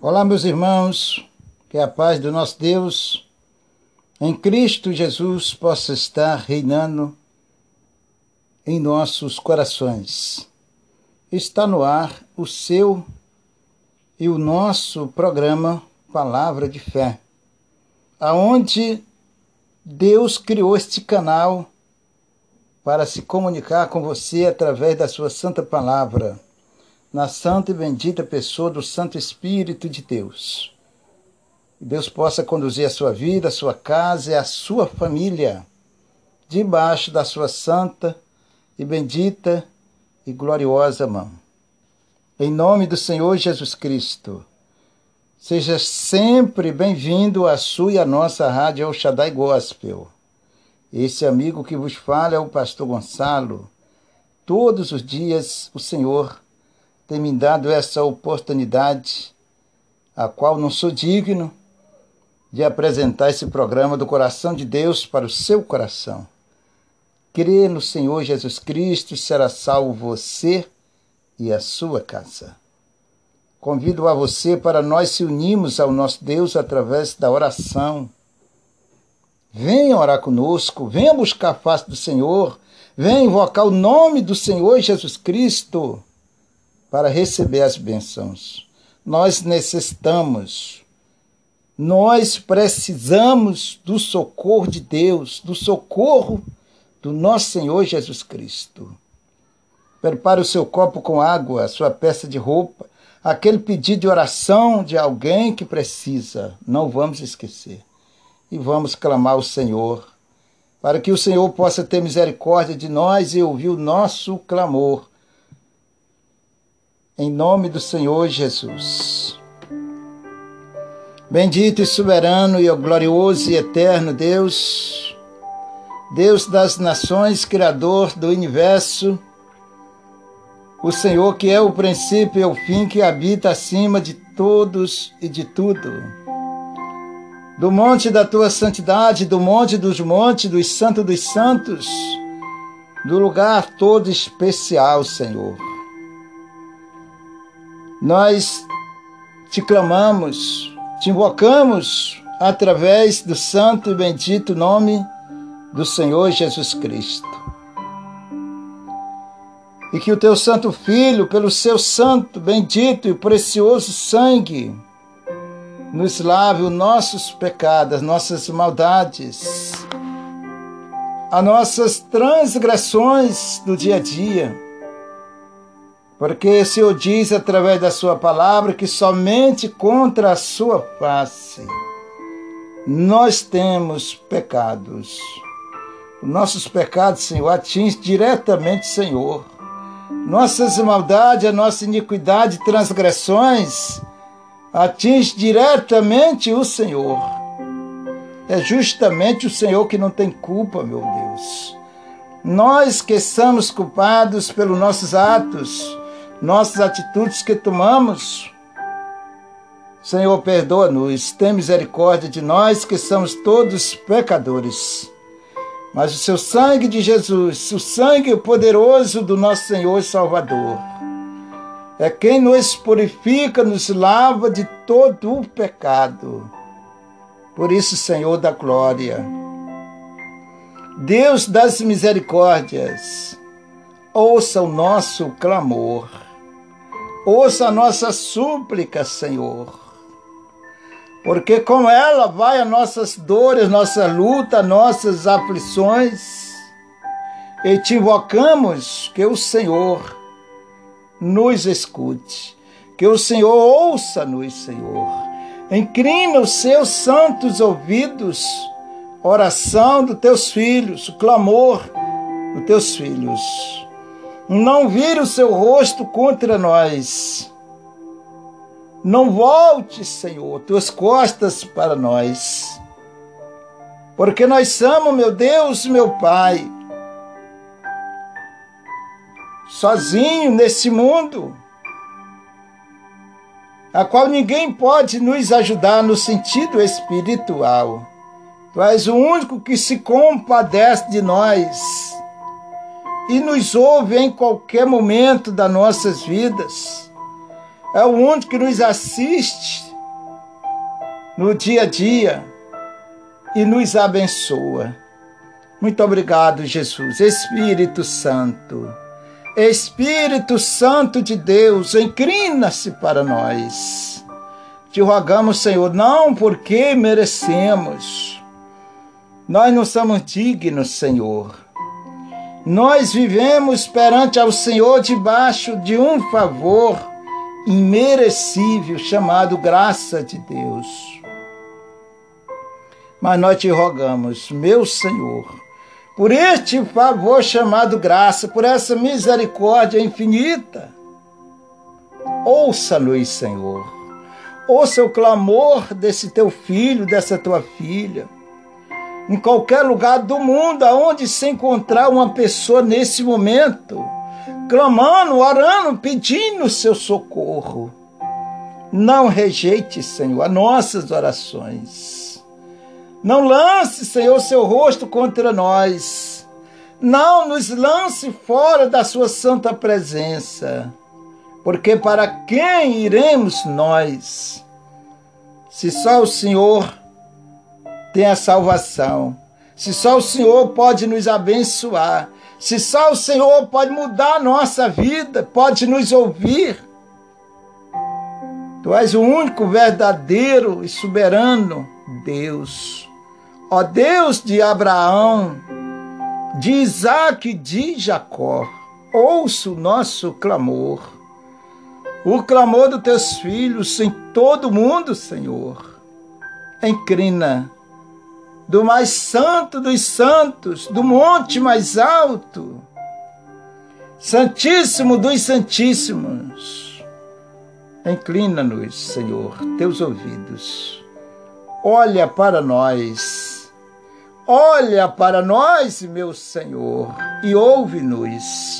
Olá, meus irmãos, que a paz do nosso Deus em Cristo Jesus possa estar reinando em nossos corações. Está no ar o seu e o nosso programa Palavra de Fé, aonde Deus criou este canal para se comunicar com você através da sua santa palavra, na santa e bendita pessoa do Santo Espírito de Deus. Que Deus possa conduzir a sua vida, a sua casa e a sua família debaixo da sua santa e bendita e gloriosa mão. Em nome do Senhor Jesus Cristo, seja sempre bem-vindo à sua e à nossa rádio El Shaddai Gospel. Esse amigo que vos fala é o pastor Gonçalo. Todos os dias o Senhor tem me dado essa oportunidade, a qual não sou digno de apresentar esse programa do coração de Deus para o seu coração. Crê no Senhor Jesus Cristo, será salvo você e a sua casa. Convido a você para nós se unirmos ao nosso Deus através da oração. Venha orar conosco, venha buscar a face do Senhor, venha invocar o nome do Senhor Jesus Cristo para receber as bênçãos. Nós necessitamos, nós precisamos do socorro de Deus, do socorro do nosso Senhor Jesus Cristo. Prepare o seu copo com água, a sua peça de roupa, aquele pedido de oração de alguém que precisa. Não vamos esquecer. E vamos clamar ao Senhor, para que o Senhor possa ter misericórdia de nós e ouvir o nosso clamor. Em nome do Senhor Jesus. Bendito e soberano e glorioso e eterno Deus, Deus das nações, Criador do universo, o Senhor que é o princípio e o fim, que habita acima de todos e de tudo. Do monte da tua santidade, do monte dos montes, dos santos, do lugar todo especial, Senhor. Nós te clamamos, te invocamos através do santo e bendito nome do Senhor Jesus Cristo. E que o teu santo Filho, pelo seu santo, bendito e precioso sangue, nos lave os nossos pecados, as nossas maldades, as nossas transgressões do dia a dia. Porque o Senhor diz através da sua palavra que somente contra a sua face nós temos pecados. Os nossos pecados, Senhor, atingem diretamente o Senhor. Nossas maldades, a nossa iniquidade e transgressões atingem diretamente o Senhor. É justamente o Senhor que não tem culpa, meu Deus. Nós que somos culpados pelos nossos atos, nossas atitudes que tomamos, Senhor, perdoa-nos, tem misericórdia de nós que somos todos pecadores. Mas o seu sangue de Jesus, o sangue poderoso do nosso Senhor e Salvador, é quem nos purifica, nos lava de todo o pecado. Por isso, Senhor da glória, Deus das misericórdias, ouça o nosso clamor, ouça a nossa súplica, Senhor, porque com ela vai as nossas dores, nossa luta, nossas aflições, e te invocamos que o Senhor nos escute, que o Senhor ouça-nos, Senhor, inclina os seus santos ouvidos, oração dos teus filhos, o clamor dos teus filhos. Não vire o seu rosto contra nós. Não volte, Senhor, tuas costas para nós. Porque nós somos, meu Deus, meu Pai, sozinho nesse mundo, a qual ninguém pode nos ajudar no sentido espiritual. Tu és o único que se compadece de nós e nos ouve em qualquer momento das nossas vidas. É o único que nos assiste no dia a dia e nos abençoa. Muito obrigado, Jesus. Espírito Santo, Espírito Santo de Deus, inclina-se para nós. Te rogamos, Senhor, não porque merecemos. Nós não somos dignos, Senhor. Nós vivemos perante ao Senhor debaixo de um favor imerecível chamado graça de Deus. Mas nós te rogamos, meu Senhor, por este favor chamado graça, por essa misericórdia infinita, ouça-nos, Senhor. Ouça o clamor desse teu filho, dessa tua filha. Em qualquer lugar do mundo, aonde se encontrar uma pessoa nesse momento, clamando, orando, pedindo o seu socorro. Não rejeite, Senhor, as nossas orações. Não lance, Senhor, seu rosto contra nós. Não nos lance fora da sua santa presença. Porque para quem iremos nós, se só o Senhor tem a salvação, se só o Senhor pode nos abençoar, se só o Senhor pode mudar a nossa vida, pode nos ouvir. Tu és o único verdadeiro e soberano Deus. Ó Deus de Abraão, de Isaque e de Jacó, ouça o nosso clamor, o clamor dos teus filhos em todo o mundo, Senhor. Inclina do mais santo dos santos, do monte mais alto, Santíssimo dos Santíssimos, inclina-nos, Senhor, teus ouvidos. Olha para nós, meu Senhor, e ouve-nos.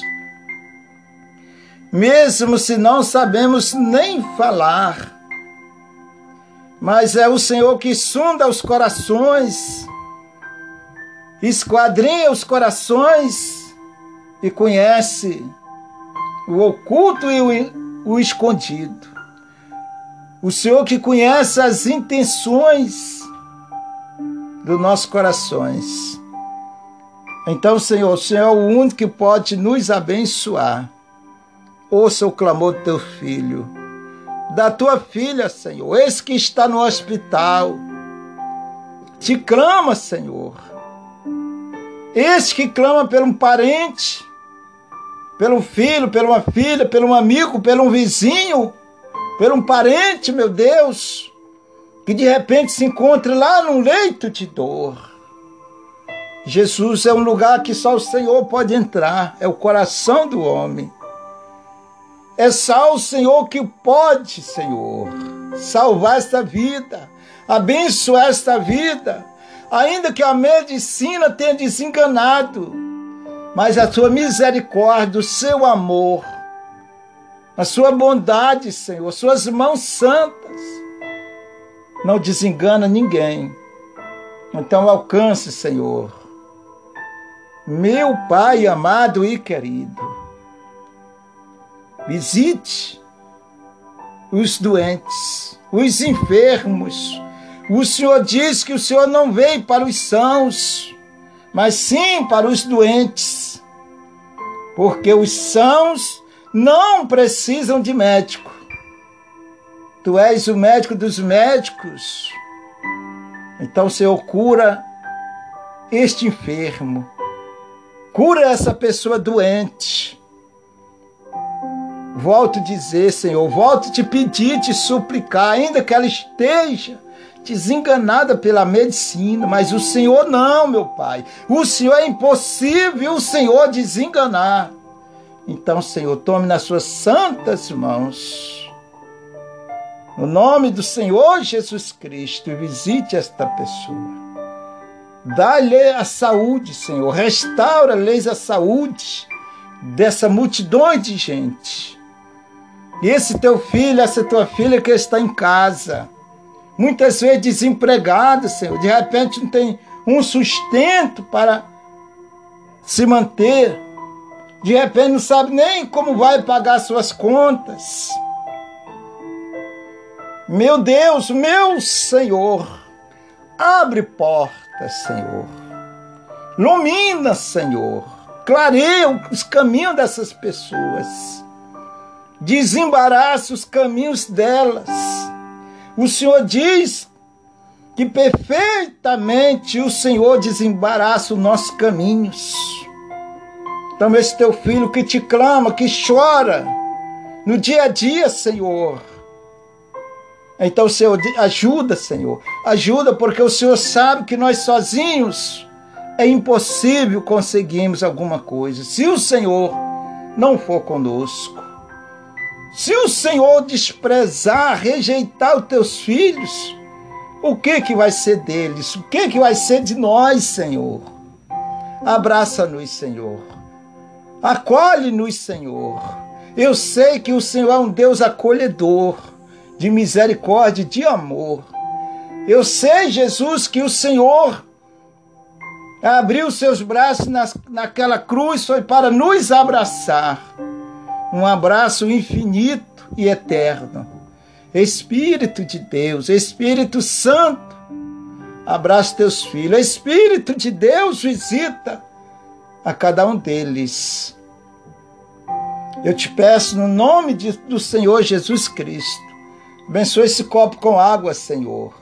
Mesmo se não sabemos nem falar, mas é o Senhor que sonda os corações, esquadrinha os corações e conhece o oculto e o escondido. O Senhor que conhece as intenções dos nossos corações. Então, Senhor, o Senhor é o único que pode nos abençoar. Ouça o clamor do teu filho, da tua filha, Senhor, esse que está no hospital. Te clama, Senhor. Esse que clama por um parente, pelo filho, por uma filha, por um amigo, por um vizinho, por um parente, meu Deus, que de repente se encontre lá num leito de dor. Jesus é um lugar que só o Senhor pode entrar, é o coração do homem. É só o Senhor que pode, Senhor, salvar esta vida, abençoar esta vida, ainda que a medicina tenha desenganado, mas a tua misericórdia, o seu amor, a sua bondade, Senhor, suas mãos santas, não desengana ninguém. Então alcance, Senhor, meu Pai amado e querido, visite os doentes, os enfermos. O Senhor diz que o Senhor não veio para os sãos, mas sim para os doentes, porque os sãos não precisam de médico. Tu és o médico dos médicos. Então, Senhor, cura este enfermo. Cura essa pessoa doente. Volto a dizer, Senhor, volto a te pedir, te suplicar, ainda que ela esteja desenganada pela medicina, mas o Senhor não, meu Pai. O Senhor é impossível, o Senhor desenganar. Então, Senhor, tome nas suas santas mãos, no nome do Senhor Jesus Cristo, e visite esta pessoa. Dá-lhe a saúde, Senhor, restaura-lhes a saúde dessa multidão de gente. E esse teu filho, essa tua filha que está em casa, muitas vezes desempregado, Senhor, de repente não tem um sustento para se manter, de repente não sabe nem como vai pagar suas contas. Meu Deus, meu Senhor, abre portas, Senhor. Ilumina, Senhor. Clareia os caminhos dessas pessoas. Desembaraça os caminhos delas. O Senhor diz que perfeitamente o Senhor desembaraça os nossos caminhos. Então esse teu filho que te clama, que chora no dia a dia, Senhor. Então, Senhor, ajuda, Senhor. Ajuda, porque o Senhor sabe que nós sozinhos é impossível conseguirmos alguma coisa. Se o Senhor não for conosco. Se o Senhor desprezar, rejeitar os teus filhos, o que vai ser deles? O que vai ser de nós, Senhor? Abraça-nos, Senhor. Acolhe-nos, Senhor. Eu sei que o Senhor é um Deus acolhedor, de misericórdia, de amor. Eu sei, Jesus, que o Senhor abriu seus braços naquela cruz, foi para nos abraçar. Um abraço infinito e eterno. Espírito de Deus, Espírito Santo, abraça teus filhos. Espírito de Deus, visita a cada um deles. Eu te peço no nome do Senhor Jesus Cristo. Abençoa esse copo com água, Senhor.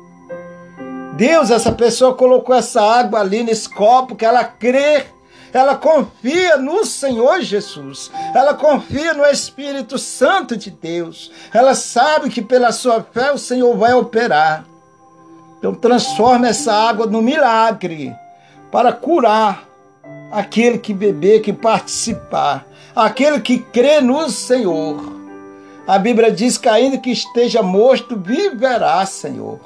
Deus, essa pessoa colocou essa água ali nesse copo, que ela crê, ela confia no Senhor Jesus, ela confia no Espírito Santo de Deus, ela sabe que pela sua fé o Senhor vai operar. Então transforma essa água no milagre, para curar aquele que beber, que participar, aquele que crê no Senhor. A Bíblia diz que ainda que esteja morto, viverá, Senhor.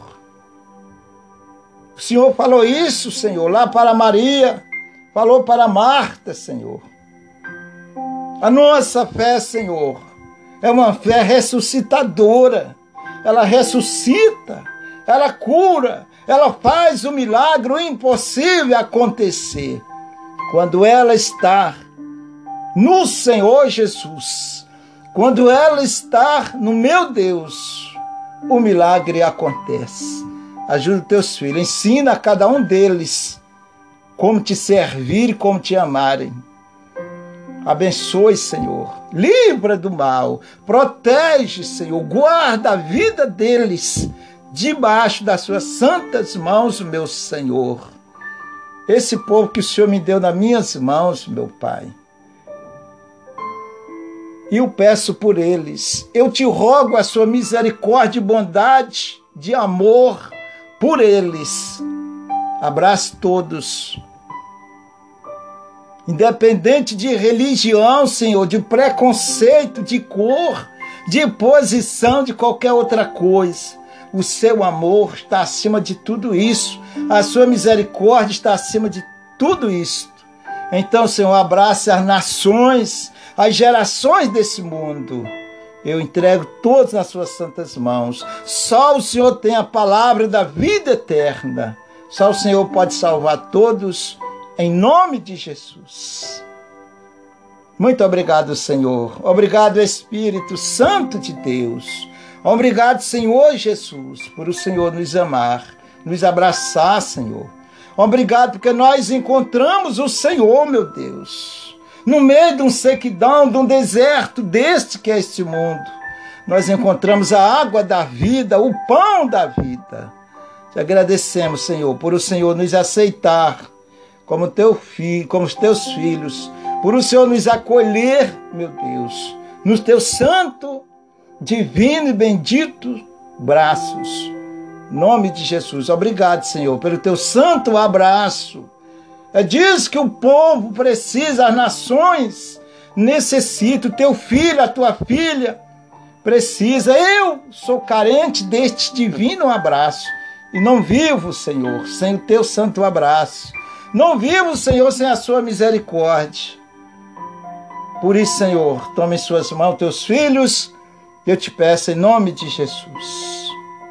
O Senhor falou isso, Senhor, lá para Maria, falou para Marta, Senhor. A nossa fé, Senhor, é uma fé ressuscitadora. Ela ressuscita, ela cura, ela faz o milagre, o impossível acontecer. Quando ela está no Senhor Jesus, quando ela está no meu Deus, o milagre acontece. Ajuda os teus filhos, ensina a cada um deles como te servir e como te amarem. Abençoe, Senhor, livra do mal, protege, Senhor, guarda a vida deles debaixo das suas santas mãos, meu Senhor. Esse povo que o Senhor me deu nas minhas mãos, meu Pai. E eu peço por eles, eu te rogo a sua misericórdia e bondade, de amor por eles. Abrace todos. Independente de religião, Senhor, de preconceito, de cor, de posição, de qualquer outra coisa. O seu amor está acima de tudo isso. A sua misericórdia está acima de tudo isso. Então, Senhor, abrace as nações, as gerações desse mundo. Eu entrego todos nas suas santas mãos. Só o Senhor tem a palavra da vida eterna. Só o Senhor pode salvar todos, em nome de Jesus. Muito obrigado, Senhor. Obrigado, Espírito Santo de Deus. Obrigado, Senhor Jesus, por o Senhor nos amar, nos abraçar, Senhor. Obrigado porque nós encontramos o Senhor, meu Deus. No meio de um sequidão, de um deserto deste que é este mundo, nós encontramos a água da vida, o pão da vida. Te agradecemos, Senhor, por o Senhor nos aceitar como teu filho, como os teus filhos, por o Senhor nos acolher, meu Deus, nos teus santos, divino e bendito braços. Em nome de Jesus. Obrigado, Senhor, pelo teu santo abraço. É disso que o povo precisa, as nações necessitam, o teu filho, a tua filha precisa. Eu sou carente deste divino abraço e não vivo, Senhor, sem o teu santo abraço. Não vivo, Senhor, sem a sua misericórdia. Por isso, Senhor, toma em suas mãos teus filhos, eu te peço em nome de Jesus.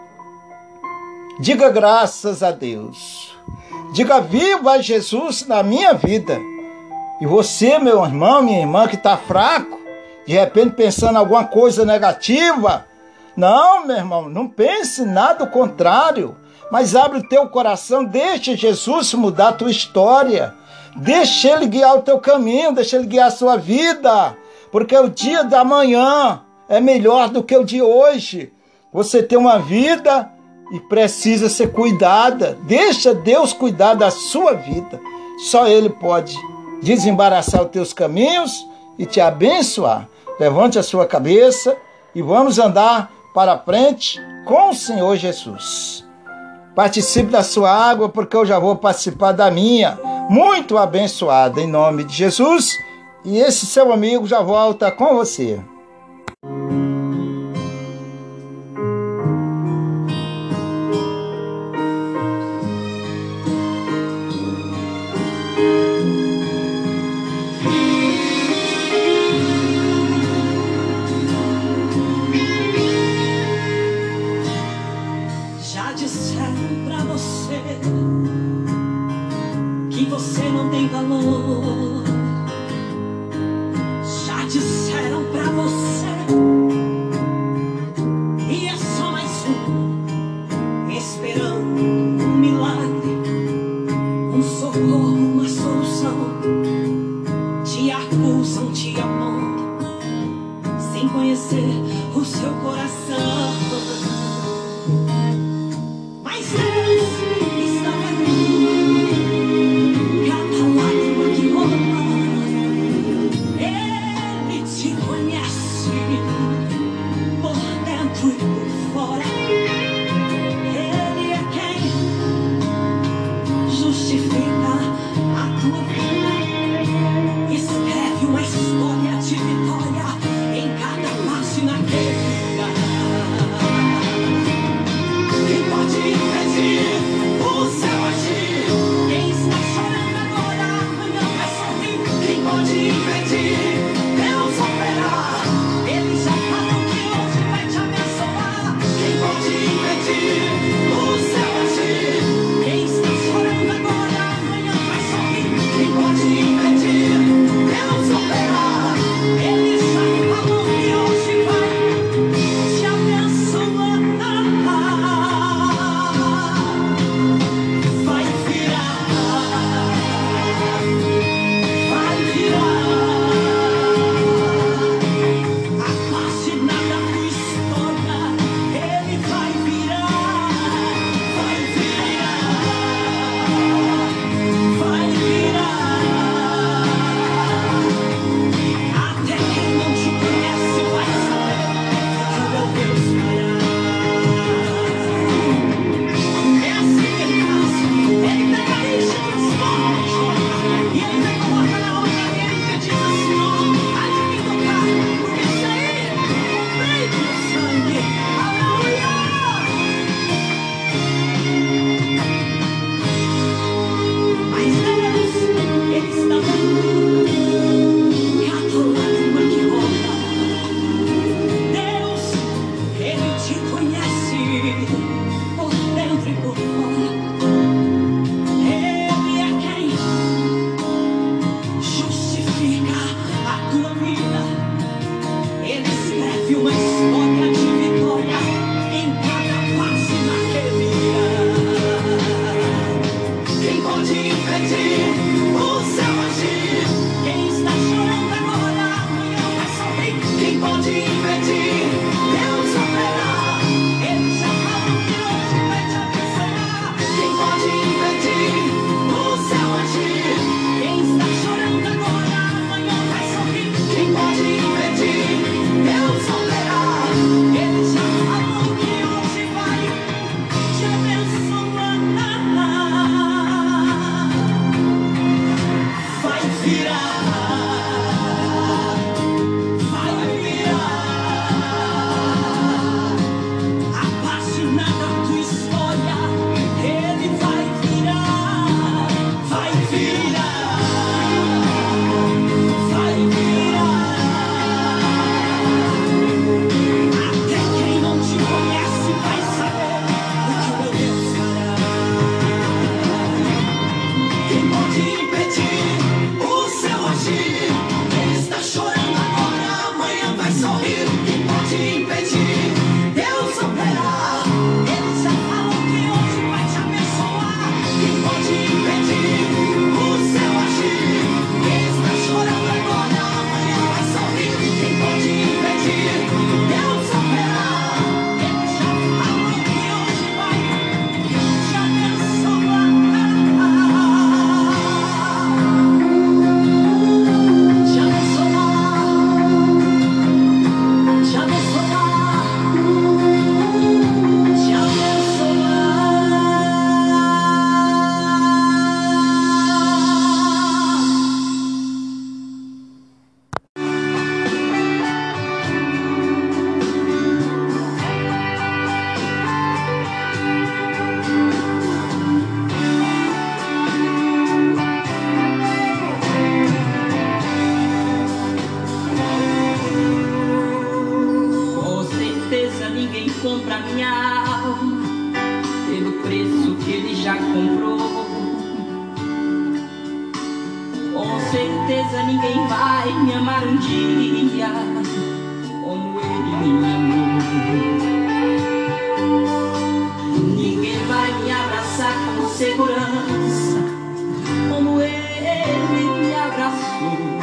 Diga graças a Deus. Diga viva Jesus na minha vida. E você, meu irmão, minha irmã, que está fraco, de repente pensando em alguma coisa negativa, Não, meu irmão, não pense nada contrário, mas abre o teu coração, deixa Jesus mudar a tua história, deixa Ele guiar o teu caminho, deixa Ele guiar a sua vida, porque o dia da manhã é melhor do que o de hoje. Você tem uma vida e precisa ser cuidada, deixa Deus cuidar da sua vida, só Ele pode desembaraçar os teus caminhos e te abençoar. Levante a sua cabeça e vamos andar para frente com o Senhor Jesus. Participe da sua água, porque eu já vou participar da minha, muito abençoada, em nome de Jesus. E esse seu amigo já volta com você. Já disseram pra você que você não tem valor. Já disseram pra você e é só mais um, esperando um milagre, um socorro, uma solução. Te acusam, te apontam, sem conhecer o seu coração. Mas Deus está preço que ele já comprou. Com certeza ninguém vai me amar um dia como ele me amou. Ninguém vai me abraçar com segurança como ele me abraçou.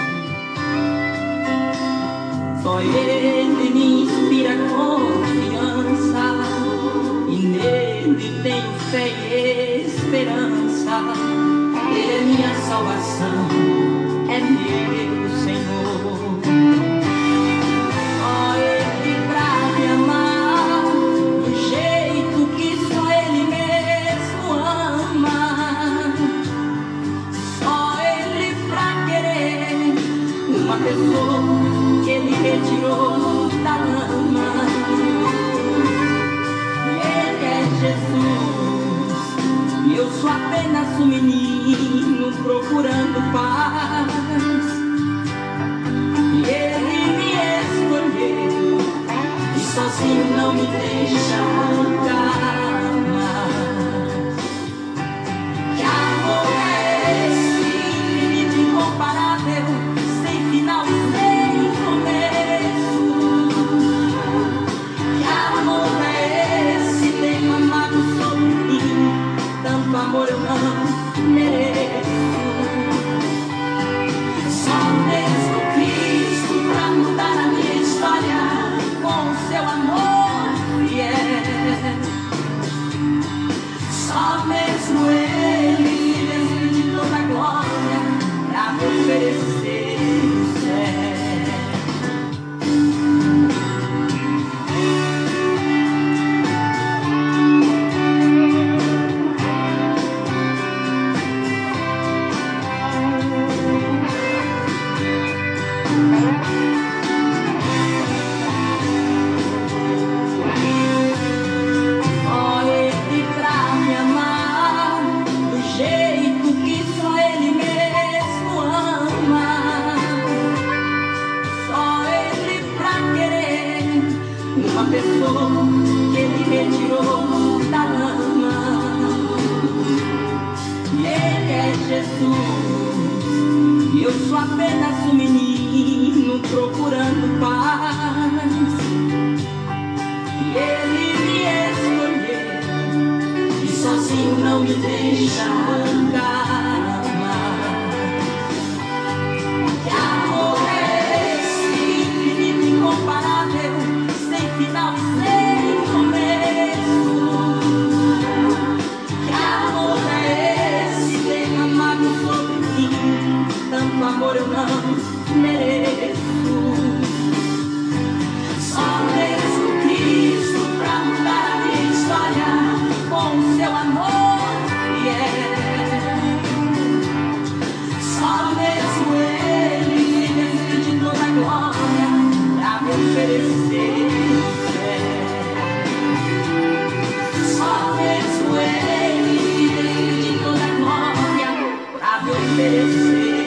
Só ele me inspira confiança e nele tenho fé e esperança. Ele é minha salvação, é meu Senhor. Só ele pra me amar do jeito que só ele mesmo ama. Só ele pra querer uma pessoa que ele retirou da lama. Ele é Jesus e eu sou apenas um menino procurando paz. E ele me escolheu e sozinho não me deixa nunca mais. Que amor é esse, infinito, incomparável, sem final e sem começo? Que amor é esse, tem amado sobre mim, tanto amor eu não mereço. Só mesmo Cristo pra mudar a minha história com o seu amor fiel. Só mesmo Ele, Deus de toda a glória, pra me oferecer o céu. Só ele pra me amar do jeito que só ele mesmo ama. Só ele pra querer uma pessoa que ele retirou da lama. Ele é Jesus e eu sou apenas um menino procurando paz. E ele me escolheu e sozinho não me deixa nunca mais. Que amor é esse, infinito, incomparável, sem final e sem começo? Que amor é esse, tem amado sobre mim, tanto amor eu não mereço. Só mesmo Cristo pra mudar a minha história com o seu amor fiel. Só mesmo Ele, Deus de toda a glória, pra me oferecer o céu. Só mesmo Ele, Deus de toda a glória, pra me oferecer o céu.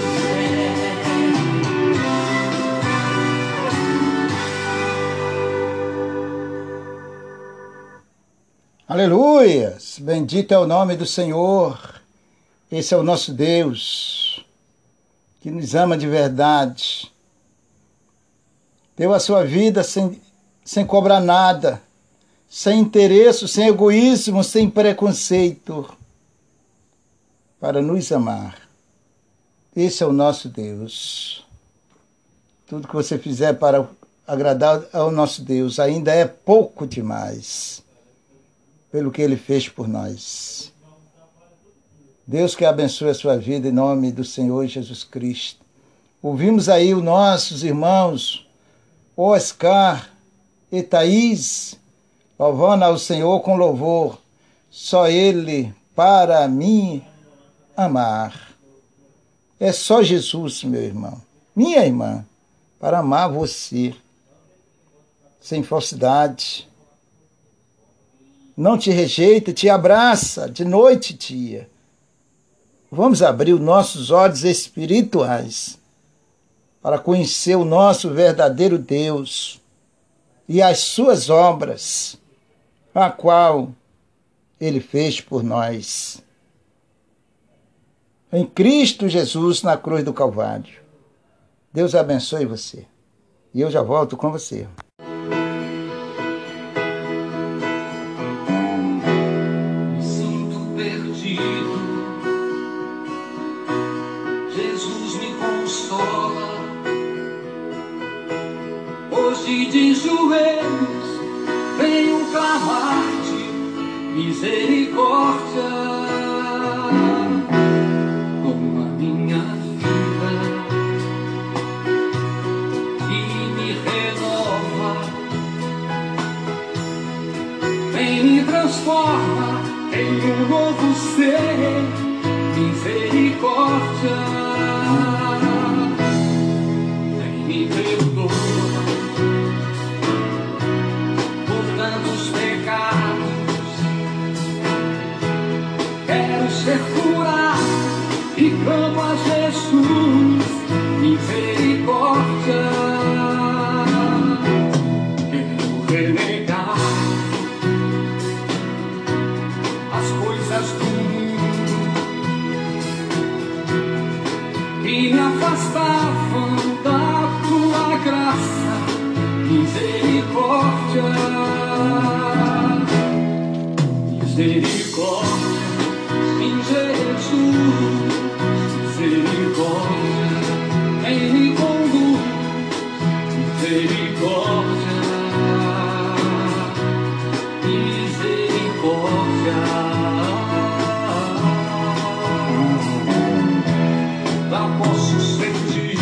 Aleluias! Bendito é o nome do Senhor. Esse é o nosso Deus, que nos ama de verdade. Deu a sua vida sem cobrar nada, sem interesse, sem egoísmo, sem preconceito, para nos amar. Esse é o nosso Deus. Tudo que você fizer para agradar ao nosso Deus ainda é pouco demais, pelo que Ele fez por nós. Deus que abençoe a sua vida em nome do Senhor Jesus Cristo. Ouvimos aí os nossos irmãos Oscar e Thaís louvando ao Senhor com louvor. Só Ele para mim amar. É só Jesus, meu irmão, minha irmã, para amar você, sem falsidade. Não te rejeita, te abraça de noite e dia. Vamos abrir os nossos olhos espirituais para conhecer o nosso verdadeiro Deus e as suas obras, a qual Ele fez por nós. Em Cristo Jesus, na cruz do Calvário. Deus abençoe você. E eu já volto com você. Me sinto perdido. Jesus me consola. Hoje de joelhos venho clamar-te misericórdia. Transforma em um novo ser, misericórdia. Vem me perdoa por tantos pecados. Quero ser curado e clamo a Jesus, misericórdia. Quero renegar do mundo e me afastavam da tua graça, misericórdia, misericórdia, em Jesus, misericórdia, em me conduz, misericórdia, misericórdia. Posso sentir,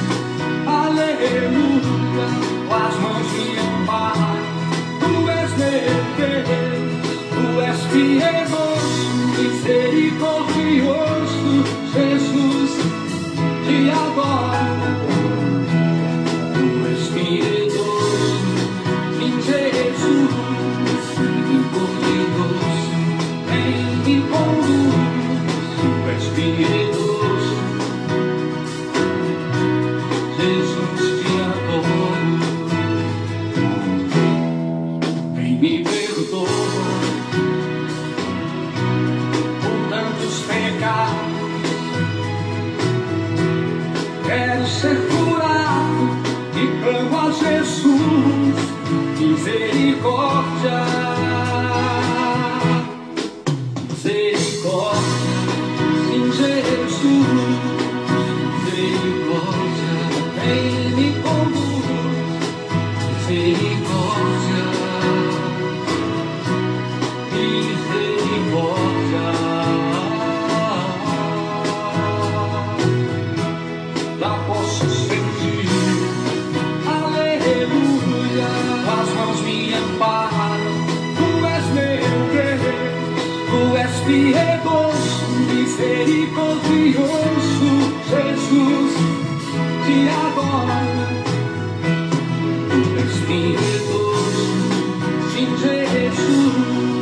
aleluia, com as mãos me amparam. Tu és meu Deus, tu és piedoso, misericordioso, Jesus, te adoro. Tu és piedoso, em Jesus, misericordioso, vem me conduz. Tu és piedoso. Me perdoa por tantos pecados. Quero ser curado e clamo a Jesus, misericórdia, misericórdia, em Jesus, misericórdia, vem me conduz, misericórdia. Lá posso sentir, aleluia, as mãos me amparam. Tu és meu Deus, tu és piedoso, misericordioso, Jesus, te adoro. Tu és piedoso, sim, Jesus,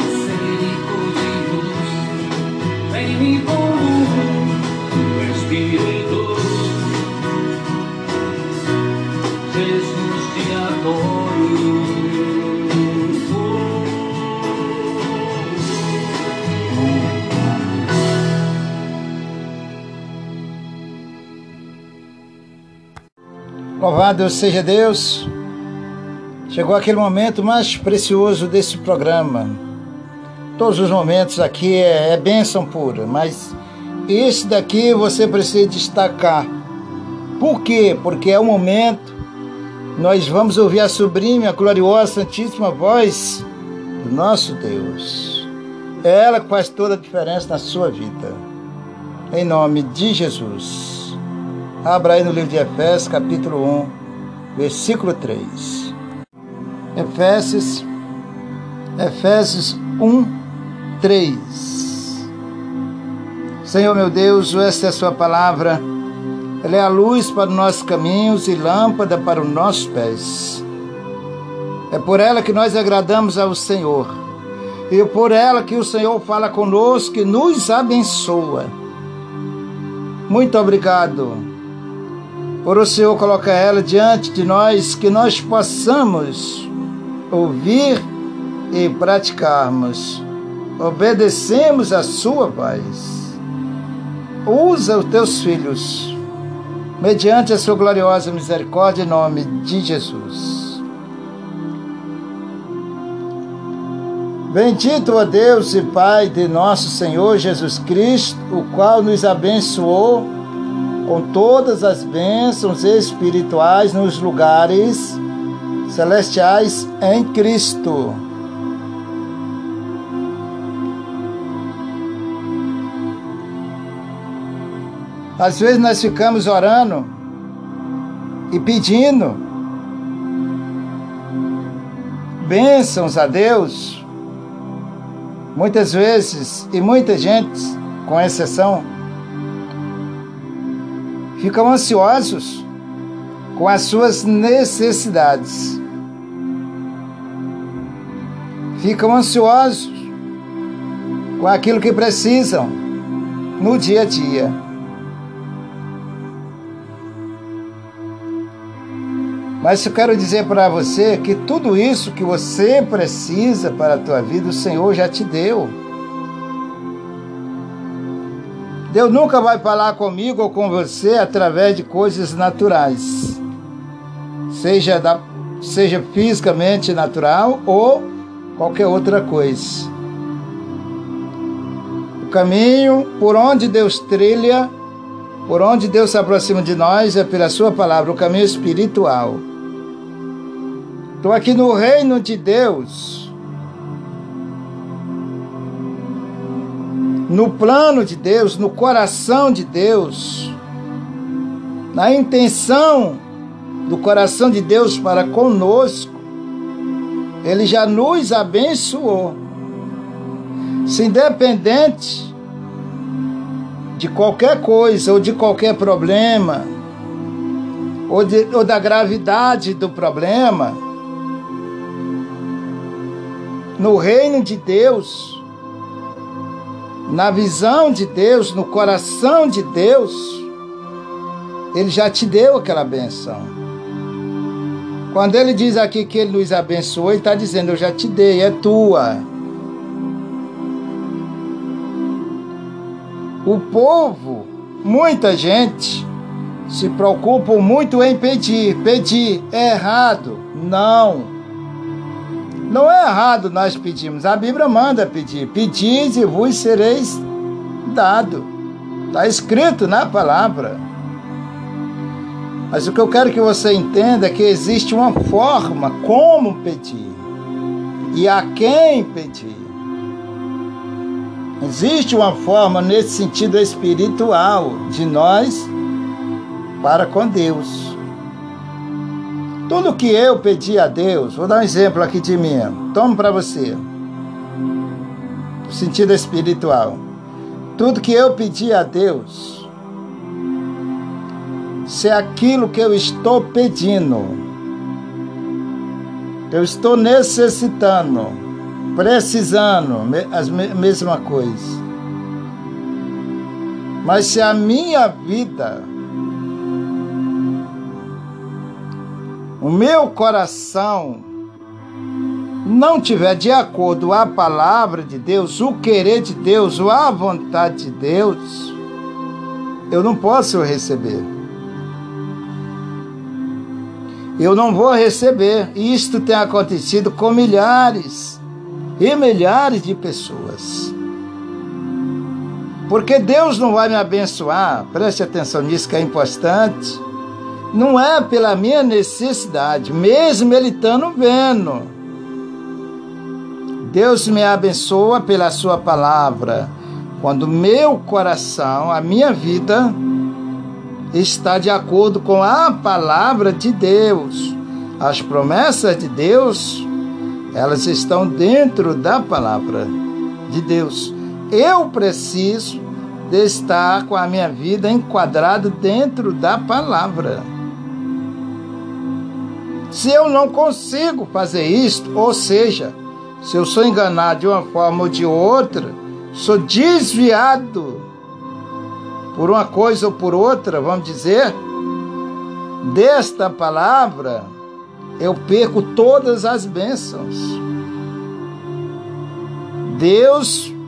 vem me conduz, tu és piedoso, Jesus, te adoro. Louvado seja Deus! Chegou aquele momento mais precioso desse programa. Todos os momentos aqui é bênção pura, mas esse daqui você precisa destacar. Por quê? Porque é o momento, nós vamos ouvir a sublime, a gloriosa, santíssima voz do nosso Deus. É ela que faz toda a diferença na sua vida. Em nome de Jesus. Abra aí no livro de Efésios, capítulo 1, versículo 3. Efésios 1, 3. Senhor meu Deus, esta é a sua palavra. Ela é a luz para os nossos caminhos e lâmpada para os nossos pés. É por ela que nós agradamos ao Senhor. E por ela que o Senhor fala conosco e nos abençoa. Muito obrigado por o Senhor colocar ela diante de nós, que nós possamos ouvir e praticarmos. obedecemos a sua voz. Usa os teus filhos, mediante a sua gloriosa misericórdia, em nome de Jesus. Bendito ó Deus e Pai de nosso Senhor Jesus Cristo, o qual nos abençoou com todas as bênçãos espirituais nos lugares celestiais em Cristo. Às vezes nós ficamos orando e pedindo bênçãos a Deus. Muitas vezes, e muita gente, com exceção, ficam ansiosos com as suas necessidades. Ficam ansiosos com aquilo que precisam no dia a dia. Mas eu quero dizer para você que tudo isso que você precisa para a tua vida, o Senhor já te deu. Deus nunca vai falar comigo ou com você através de coisas naturais. Seja fisicamente natural ou qualquer outra coisa. O caminho por onde Deus trilha, por onde Deus se aproxima de nós é pela sua palavra, o caminho espiritual. Estou aqui no reino de Deus, no plano de Deus, no coração de Deus, na intenção do coração de Deus para conosco. Ele já nos abençoou. Se independente de qualquer coisa ou de qualquer problema, ou da gravidade do problema, no reino de Deus, na visão de Deus, no coração de Deus, Ele já te deu aquela benção. Quando Ele diz aqui que Ele nos abençoou, Ele está dizendo, eu já te dei, é tua. O povo, muita gente, se preocupa muito em pedir. Pedir é errado? Não. Não é errado nós pedirmos. A Bíblia manda pedir. Pedis e vos sereis dado. Está escrito na palavra. Mas o que eu quero que você entenda é que existe uma forma como pedir. E a quem pedir. Existe uma forma nesse sentido espiritual de nós para com Deus. Tudo que eu pedi a Deus, vou dar um exemplo aqui de mim, toma para você, no sentido espiritual. Tudo que eu pedi a Deus, se é aquilo que eu estou pedindo, eu estou necessitando, precisando, a mesma coisa. Mas se a minha vida, o meu coração não tiver de acordo com a palavra de Deus, o querer de Deus, ou a vontade de Deus, eu não posso receber. Eu não vou receber. E isto tem acontecido com milhares e milhares de pessoas. Porque Deus não vai me abençoar, preste atenção nisso que é importante, não é pela minha necessidade, mesmo Ele estando vendo. Deus me abençoa pela sua palavra, quando meu coração, a minha vida, está de acordo com a palavra de Deus. As promessas de Deus, elas estão dentro da palavra de Deus. Eu preciso de estar com a minha vida enquadrada dentro da palavra. Se eu não consigo fazer isto, ou seja, se eu sou enganado de uma forma ou de outra, sou desviado por uma coisa ou por outra, vamos dizer, desta palavra, eu perco todas as bênçãos. Deus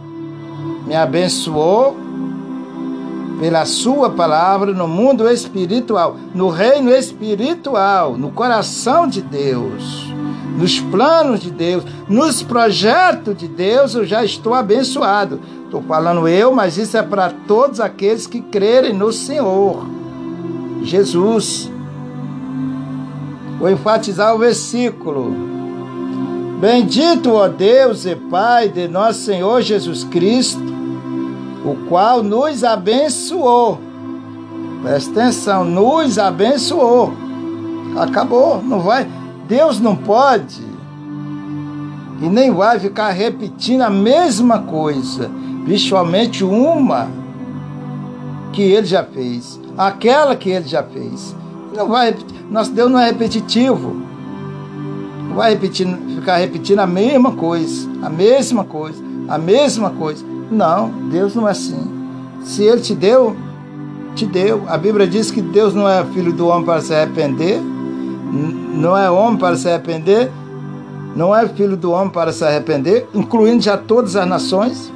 me abençoou pela sua palavra no mundo espiritual, no reino espiritual, no coração de Deus, nos planos de Deus, nos projetos de Deus. Eu já estou abençoado. Estou falando eu, mas isso é para todos aqueles que crerem no Senhor Jesus. Vou enfatizar o versículo. Bendito, ó Deus e Pai de nosso Senhor Jesus Cristo, o qual nos abençoou. Presta atenção, nos abençoou. Acabou, não vai. Deus não pode e nem vai ficar repetindo a mesma coisa, principalmente uma que ele já fez, aquela que ele já fez. Não vai repetir. Nosso Deus não é repetitivo. Não vai ficar repetindo a mesma coisa, a mesma coisa, a mesma coisa. Não, Deus não é assim. Se Ele te deu, te deu. A Bíblia diz que Deus não é filho do homem para se arrepender, não é homem para se arrepender, não é filho do homem para se arrepender, incluindo já todas as nações.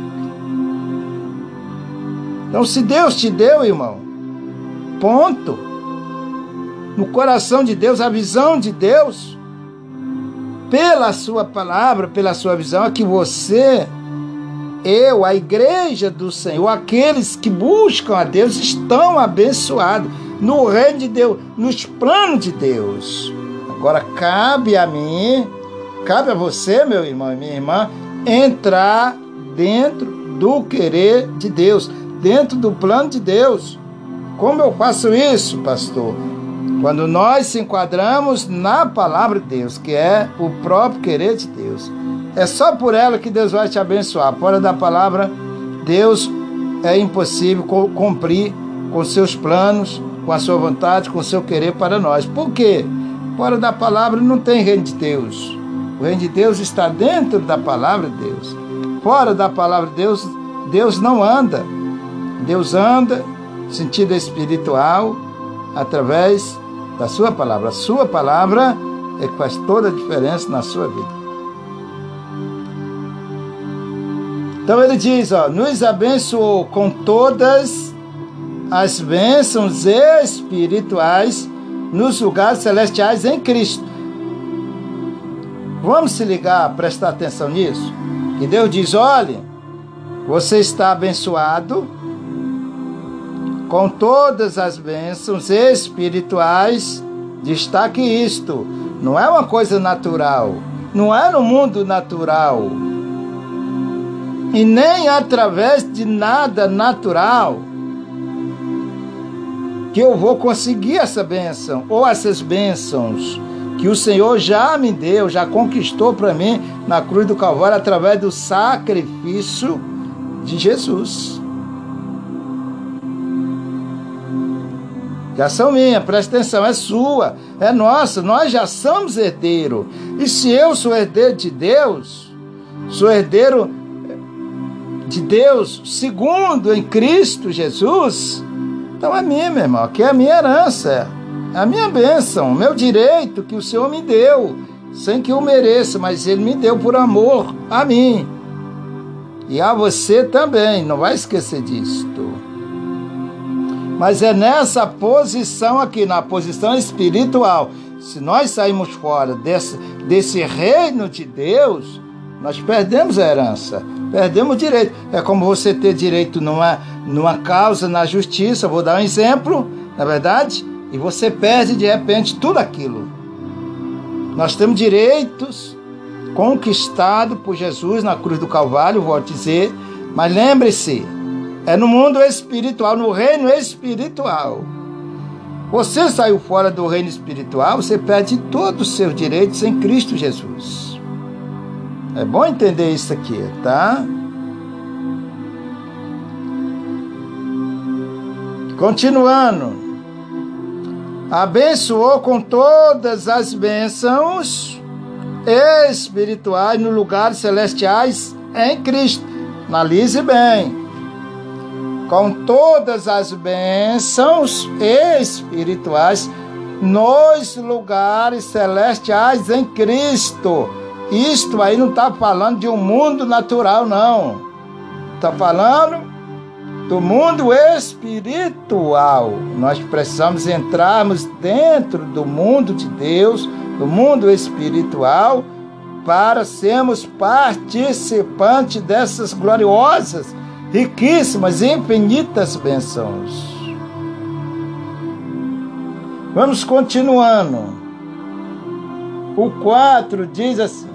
Então, se Deus te deu, irmão, ponto. No coração de Deus, a visão de Deus, pela sua palavra, pela sua visão, é que você, eu, a igreja do Senhor, aqueles que buscam a Deus, estão abençoados no reino de Deus, nos planos de Deus. Agora, cabe a mim, cabe a você, meu irmão e minha irmã, entrar dentro do querer de Deus, dentro do plano de Deus. Como eu faço isso, pastor? Quando nós se enquadramos na palavra de Deus, que é o próprio querer de Deus. É só por ela que Deus vai te abençoar. Fora da palavra, Deus é impossível cumprir com seus planos, com a sua vontade, com o seu querer para nós. Por quê? Fora da palavra não tem reino de Deus. O reino de Deus está dentro da palavra de Deus. Fora da palavra de Deus, Deus não anda. Deus anda no sentido espiritual, através da sua palavra. A sua palavra é que faz toda a diferença na sua vida. Então ele diz, ó, nos abençoou com todas as bênçãos espirituais nos lugares celestiais em Cristo. Vamos se ligar, prestar atenção nisso? E Deus diz, olhe, você está abençoado com todas as bênçãos espirituais. Destaque isto, não é uma coisa natural, não é no mundo natural, e nem através de nada natural que eu vou conseguir essa bênção, ou essas bênçãos que o Senhor já me deu, já conquistou para mim na cruz do Calvário, através do sacrifício de Jesus. Já são minhas, presta atenção, é sua, é nossa, nós já somos herdeiros. E se eu sou herdeiro de Deus, sou herdeiro de Deus segundo em Cristo Jesus, então é minha, meu irmão, aqui é a minha herança, é a minha bênção, o meu direito que o Senhor me deu, sem que eu mereça, mas Ele me deu por amor a mim. E a você também, não vai esquecer disto. Mas é nessa posição aqui, na posição espiritual. Se nós sairmos fora desse reino de Deus, nós perdemos a herança, perdemos o direito. É como você ter direito numa causa, na justiça, vou dar um exemplo, na verdade, e você perde de repente tudo aquilo. Nós temos direitos conquistados por Jesus na cruz do Calvário, vou dizer, mas lembre-se, é no mundo espiritual, no reino espiritual. Você saiu fora do reino espiritual, você perde todos os seus direitos em Cristo Jesus. É bom entender isso aqui, tá? Continuando. Abençoou com todas as bênçãos espirituais nos lugares celestiais em Cristo. Analise bem. Com todas as bênçãos espirituais nos lugares celestiais em Cristo. Isto aí não está falando de um mundo natural, não. está falando do mundo espiritual. Nós precisamos entrarmos dentro do mundo de Deus, do mundo espiritual, para sermos participantes dessas gloriosas, riquíssimas e infinitas bênçãos. Vamos continuando. O 4 diz assim,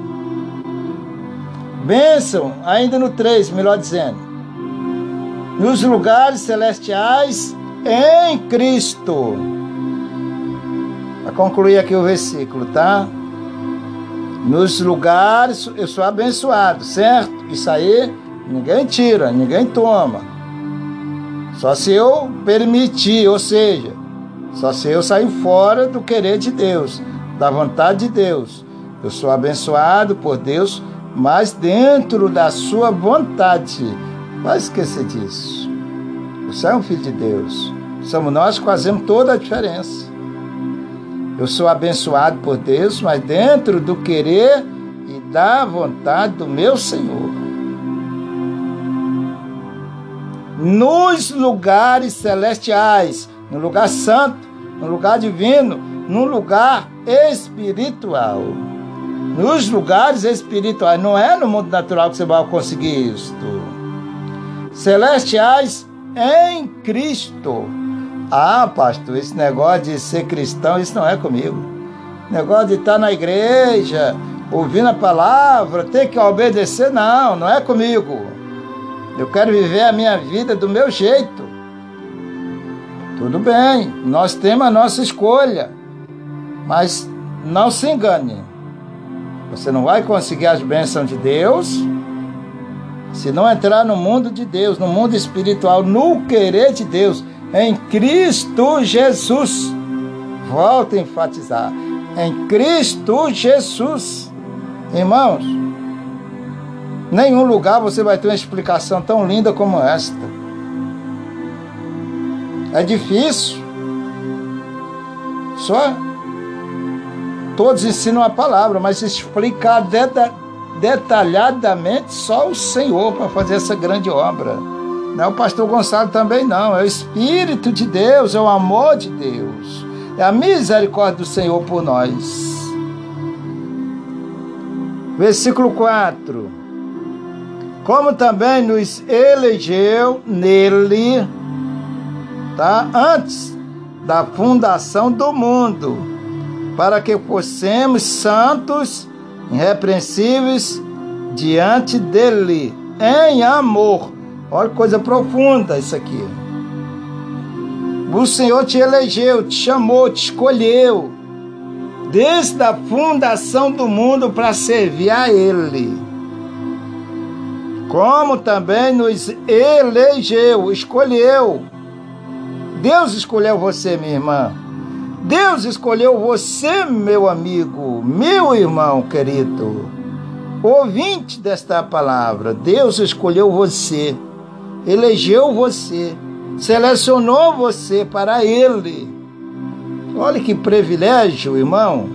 bênção, ainda no 3, melhor dizendo, nos lugares celestiais em Cristo. Para concluir aqui o versículo, tá? Nos lugares, eu sou abençoado, certo? Isso aí, ninguém tira, ninguém toma. Só se eu permitir, ou seja, só se eu sair fora do querer de Deus, da vontade de Deus. Eu sou abençoado por Deus, mas dentro da sua vontade. Não vai esquecer disso. Você é um filho de Deus. Somos nós que fazemos toda a diferença. Eu sou abençoado por Deus, mas dentro do querer e da vontade do meu Senhor. Nos lugares celestiais, no lugar santo, no lugar divino, no lugar espiritual. Nos lugares espirituais, não é no mundo natural que você vai conseguir isto. Celestiais em Cristo. Ah, pastor, esse negócio de ser cristão, isso não é comigo. Negócio de estar na igreja, ouvindo a palavra, ter que obedecer, não é comigo. Eu quero viver a minha vida do meu jeito. Tudo bem, nós temos a nossa escolha, mas não se engane. Você não vai conseguir as bênçãos de Deus se não entrar no mundo de Deus, no mundo espiritual, no querer de Deus, em Cristo Jesus. Volto a enfatizar, em Cristo Jesus. Irmãos, nenhum lugar você vai ter uma explicação tão linda como esta. É difícil. Só todos ensinam a palavra, mas explicar detalhadamente só o Senhor para fazer essa grande obra. Não é o pastor Gonçalo também não, é o Espírito de Deus, é o amor de Deus, é a misericórdia do Senhor por nós. Versículo 4. Como também nos elegeu nele, tá? Antes da fundação do mundo, para que fossemos santos, irrepreensíveis diante dele, em amor. Olha que coisa profunda isso aqui. O Senhor te elegeu, te chamou, te escolheu, desde a fundação do mundo para servir a Ele. Como também nos elegeu, escolheu. Deus escolheu você, minha irmã. Deus escolheu você, meu amigo, meu irmão querido, ouvinte desta palavra. Deus escolheu você, elegeu você, selecionou você para Ele. Olha que privilégio, irmão.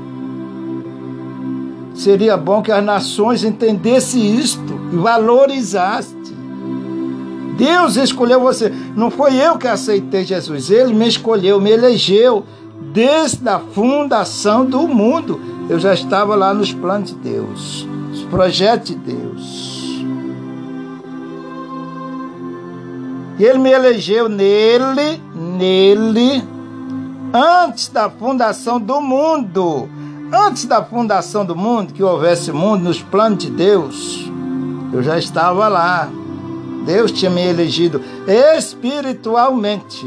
Seria bom que as nações entendessem isto e valorizassem. Deus escolheu você. Não foi eu que aceitei Jesus, Ele me escolheu, me elegeu. Desde a fundação do mundo, eu já estava lá nos planos de Deus, nos projetos de Deus. E Ele me elegeu nele, antes da fundação do mundo. Antes da fundação do mundo, que houvesse mundo, nos planos de Deus, eu já estava lá. Deus tinha me elegido espiritualmente.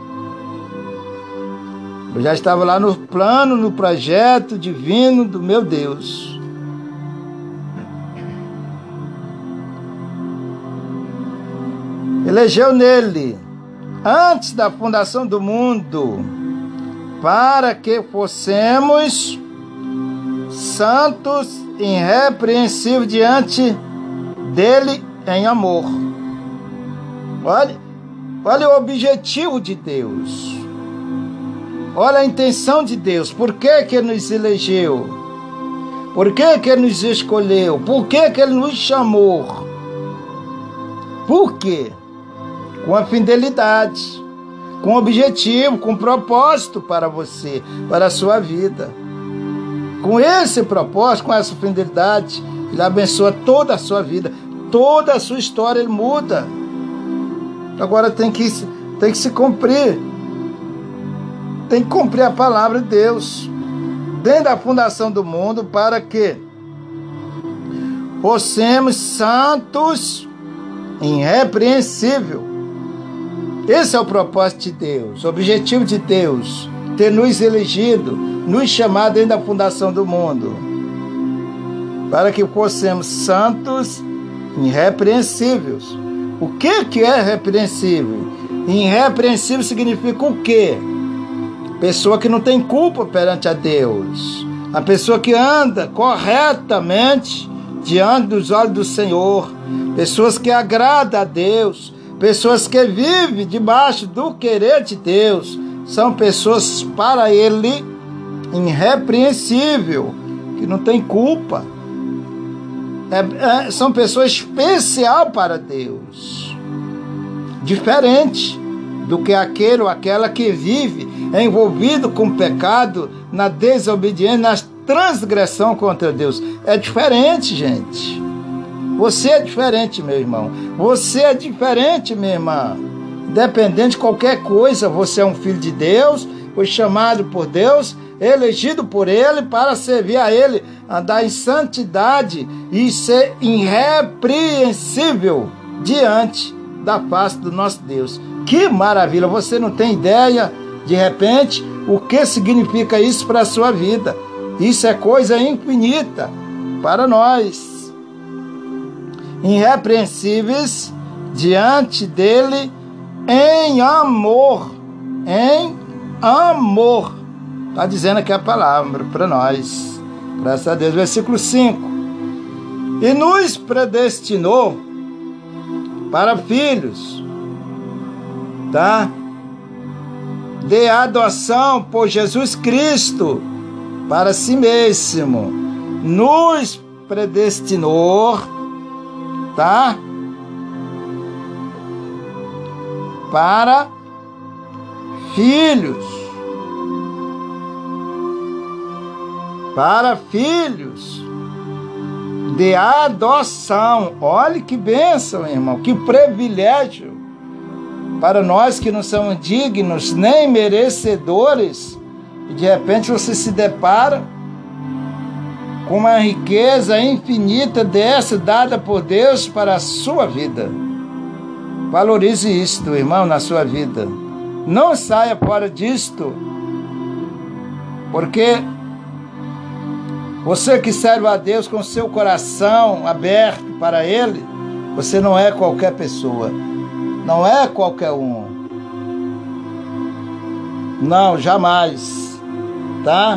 Eu já estava lá no plano, no projeto divino do meu Deus. Elegeu nele, antes da fundação do mundo, para que fossemos santos, irrepreensíveis diante dele em amor. Olha o objetivo de Deus. Olha a intenção de Deus. Por que que Ele nos elegeu? Por que que Ele nos escolheu? Por que que Ele nos chamou? Por quê? Com a fidelidade, com objetivo, com propósito para você, para a sua vida. Com esse propósito, com essa fidelidade, Ele abençoa toda a sua vida, toda a sua história Ele muda. Agora tem que se cumprir. Tem que cumprir a palavra de Deus dentro da fundação do mundo, para que possamos santos, irrepreensível. Esse é o propósito de Deus, o objetivo de Deus, ter nos elegido, nos chamado dentro da fundação do mundo, para que possamos santos, irrepreensíveis. O que é irrepreensível? Irrepreensível significa o quê? Pessoa que não tem culpa perante a Deus. A pessoa que anda corretamente diante dos olhos do Senhor. Pessoas que agradam a Deus. Pessoas que vivem debaixo do querer de Deus. São pessoas para Ele irrepreensível, que não tem culpa. São pessoas especial para Deus. Diferente do que aquele ou aquela que vive envolvido com pecado, na desobediência, na transgressão contra Deus. É diferente, gente. Você é diferente, meu irmão. Você é diferente, minha irmã. Independente de qualquer coisa, você é um filho de Deus, foi chamado por Deus, elegido por Ele para servir a Ele, andar em santidade e ser irrepreensível diante da face do nosso Deus. Que maravilha! Você não tem ideia, de repente, o que significa isso para a sua vida. Isso é coisa infinita para nós. Irrepreensíveis diante dele em amor. Em amor. Está dizendo aqui a palavra para nós. Graças a Deus. Versículo 5. E nos predestinou para filhos, tá? De adoção por Jesus Cristo para si mesmo. Nos predestinou, tá? Para filhos. Para filhos de adoção. Olha que bênção, irmão, que privilégio para nós que não somos dignos nem merecedores. E de repente você se depara com uma riqueza infinita dessa dada por Deus para a sua vida. Valorize isto, irmão, na sua vida. Não saia fora disto, porque você que serve a Deus com seu coração aberto para Ele, você não é qualquer pessoa, não é qualquer um. Não, jamais, tá?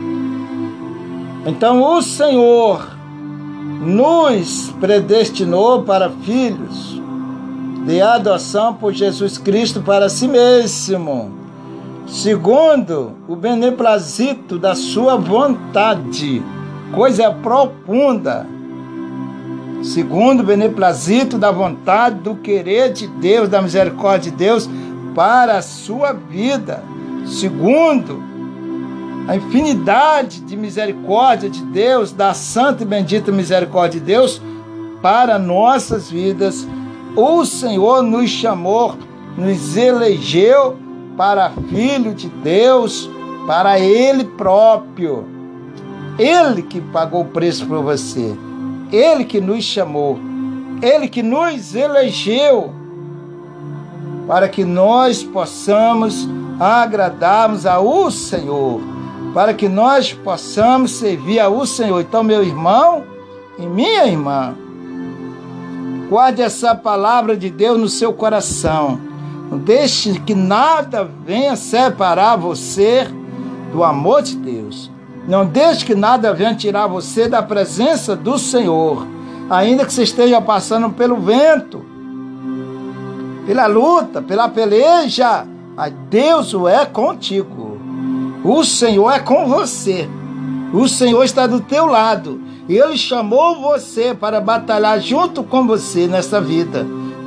Então o Senhor nos predestinou para filhos de adoção por Jesus Cristo para si mesmo, segundo o beneplácito da sua vontade. Coisa profunda. Segundo o beneplácito da vontade, do querer de Deus, da misericórdia de Deus para a sua vida. Segundo a infinidade de misericórdia de Deus, da santa e bendita misericórdia de Deus para nossas vidas, o Senhor nos chamou, nos elegeu para filho de Deus, para Ele próprio. Ele que pagou o preço por você. Ele que nos chamou. Ele que nos elegeu para que nós possamos agradarmos ao Senhor, para que nós possamos servir ao Senhor. Então, meu irmão e minha irmã, guarde essa palavra de Deus no seu coração. Não deixe que nada venha separar você do amor de Deus. Não deixe que nada venha tirar você da presença do Senhor. Ainda que você esteja passando pelo vento, pela luta, pela peleja, mas Deus é contigo. O Senhor é com você. O Senhor está do teu lado. Ele chamou você para batalhar junto com você nessa vida.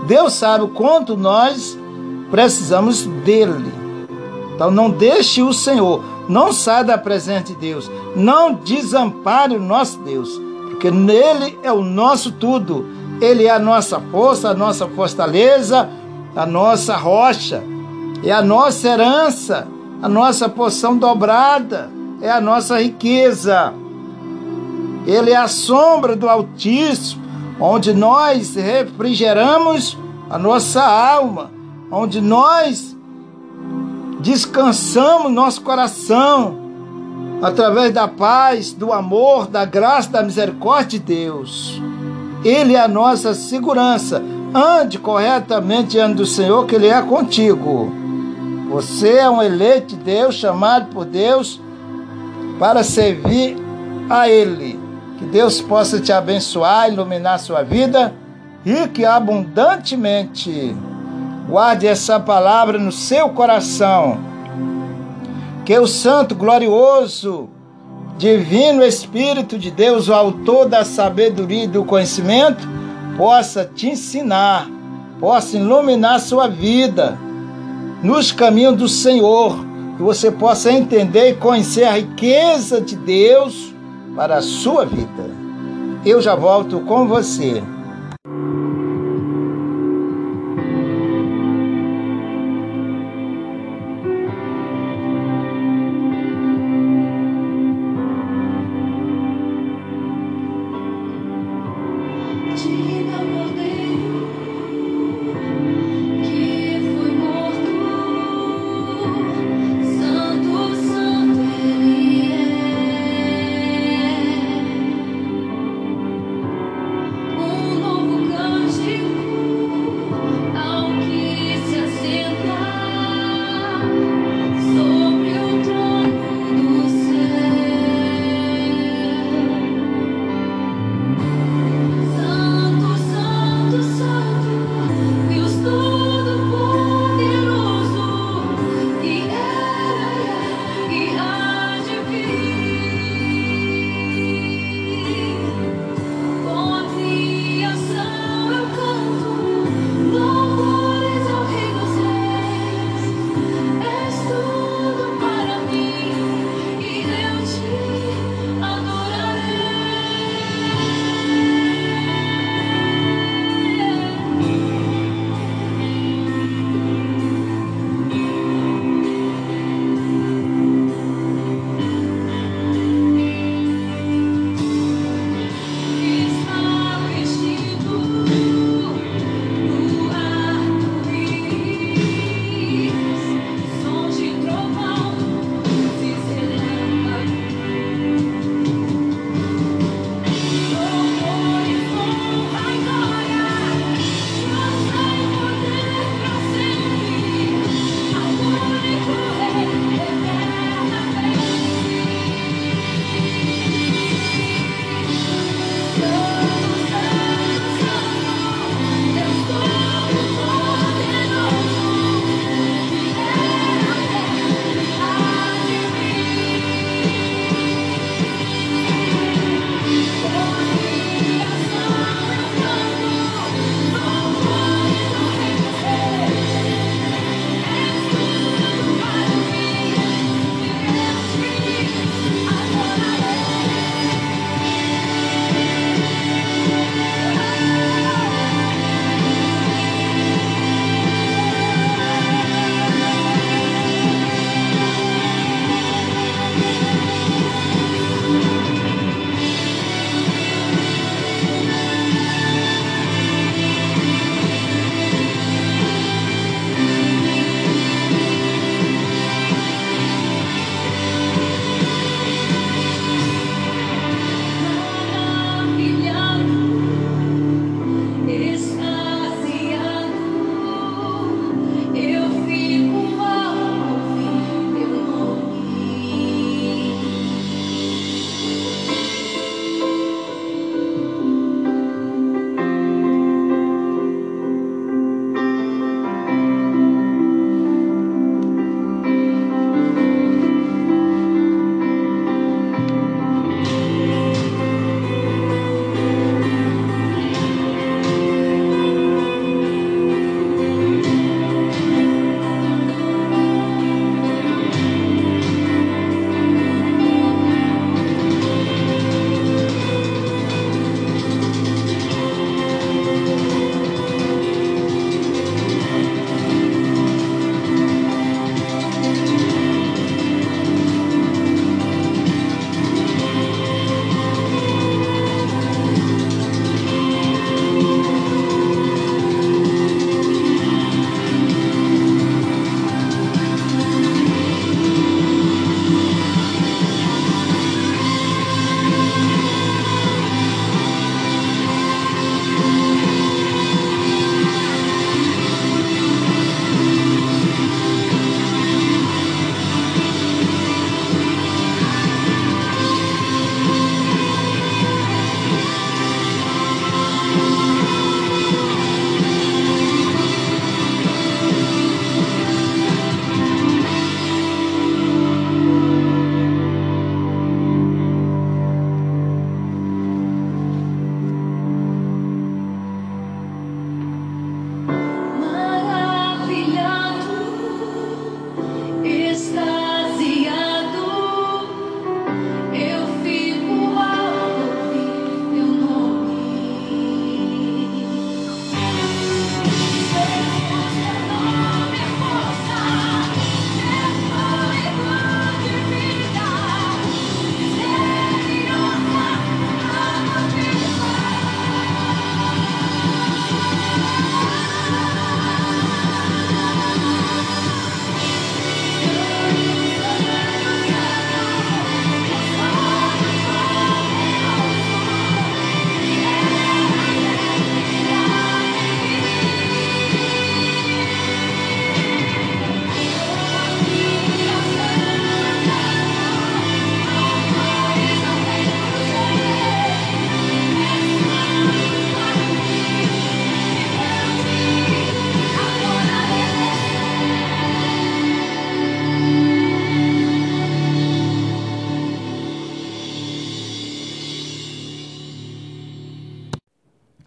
Deus sabe o quanto nós precisamos dele. Então não deixe o Senhor, não saia da presença de Deus, não desampare o nosso Deus, porque nele é o nosso tudo. Ele é a nossa força, a nossa fortaleza, a nossa rocha, é a nossa herança, a nossa porção dobrada, é a nossa riqueza. Ele é a sombra do Altíssimo, onde nós refrigeramos a nossa alma, onde nós descansamos nosso coração, através da paz, do amor, da graça, da misericórdia de Deus. Ele é a nossa segurança. Ande corretamente diante do Senhor, que Ele é contigo. Você é um eleito de Deus, chamado por Deus para servir a Ele. Que Deus possa te abençoar, iluminar a sua vida e que abundantemente guarde essa palavra no seu coração. Que o Santo, glorioso, Divino Espírito de Deus, o autor da sabedoria e do conhecimento, possa te ensinar, possa iluminar a sua vida nos caminhos do Senhor, que você possa entender e conhecer a riqueza de Deus para a sua vida. Eu já volto com você. Diga por Deus que foi morto, santo, santo Ele é.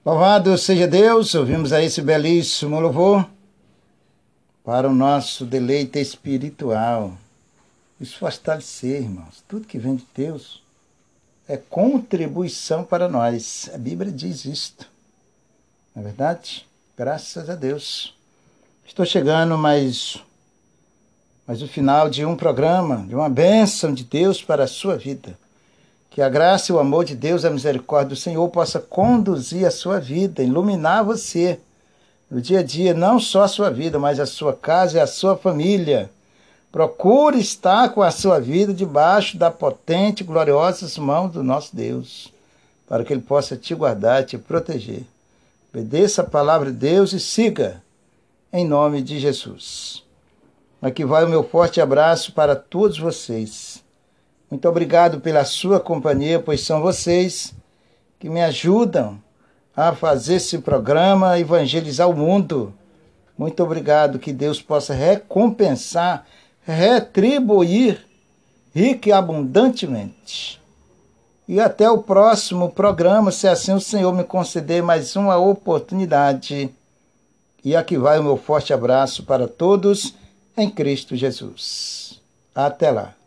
Louvado seja Deus, ouvimos aí esse belíssimo louvor para o nosso deleite espiritual. Isso fortalecer, irmãos. Tudo que vem de Deus é contribuição para nós. A Bíblia diz isto. Não é verdade? Graças a Deus. Estou chegando mais o final de um programa, de uma bênção de Deus para a sua vida. Que a graça e o amor de Deus, a misericórdia do Senhor possa conduzir a sua vida, iluminar você no dia a dia, não só a sua vida, mas a sua casa e a sua família. Procure estar com a sua vida debaixo da potente e gloriosas mãos do nosso Deus, para que Ele possa te guardar e te proteger. Obedeça a palavra de Deus e siga, em nome de Jesus. Aqui vai o meu forte abraço para todos vocês. Muito obrigado pela sua companhia, pois são vocês que me ajudam a fazer esse programa, evangelizar o mundo. Muito obrigado, que Deus possa recompensar, retribuir rica e abundantemente. E até o próximo programa, se assim o Senhor me conceder mais uma oportunidade. E aqui vai o meu forte abraço para todos em Cristo Jesus. Até lá.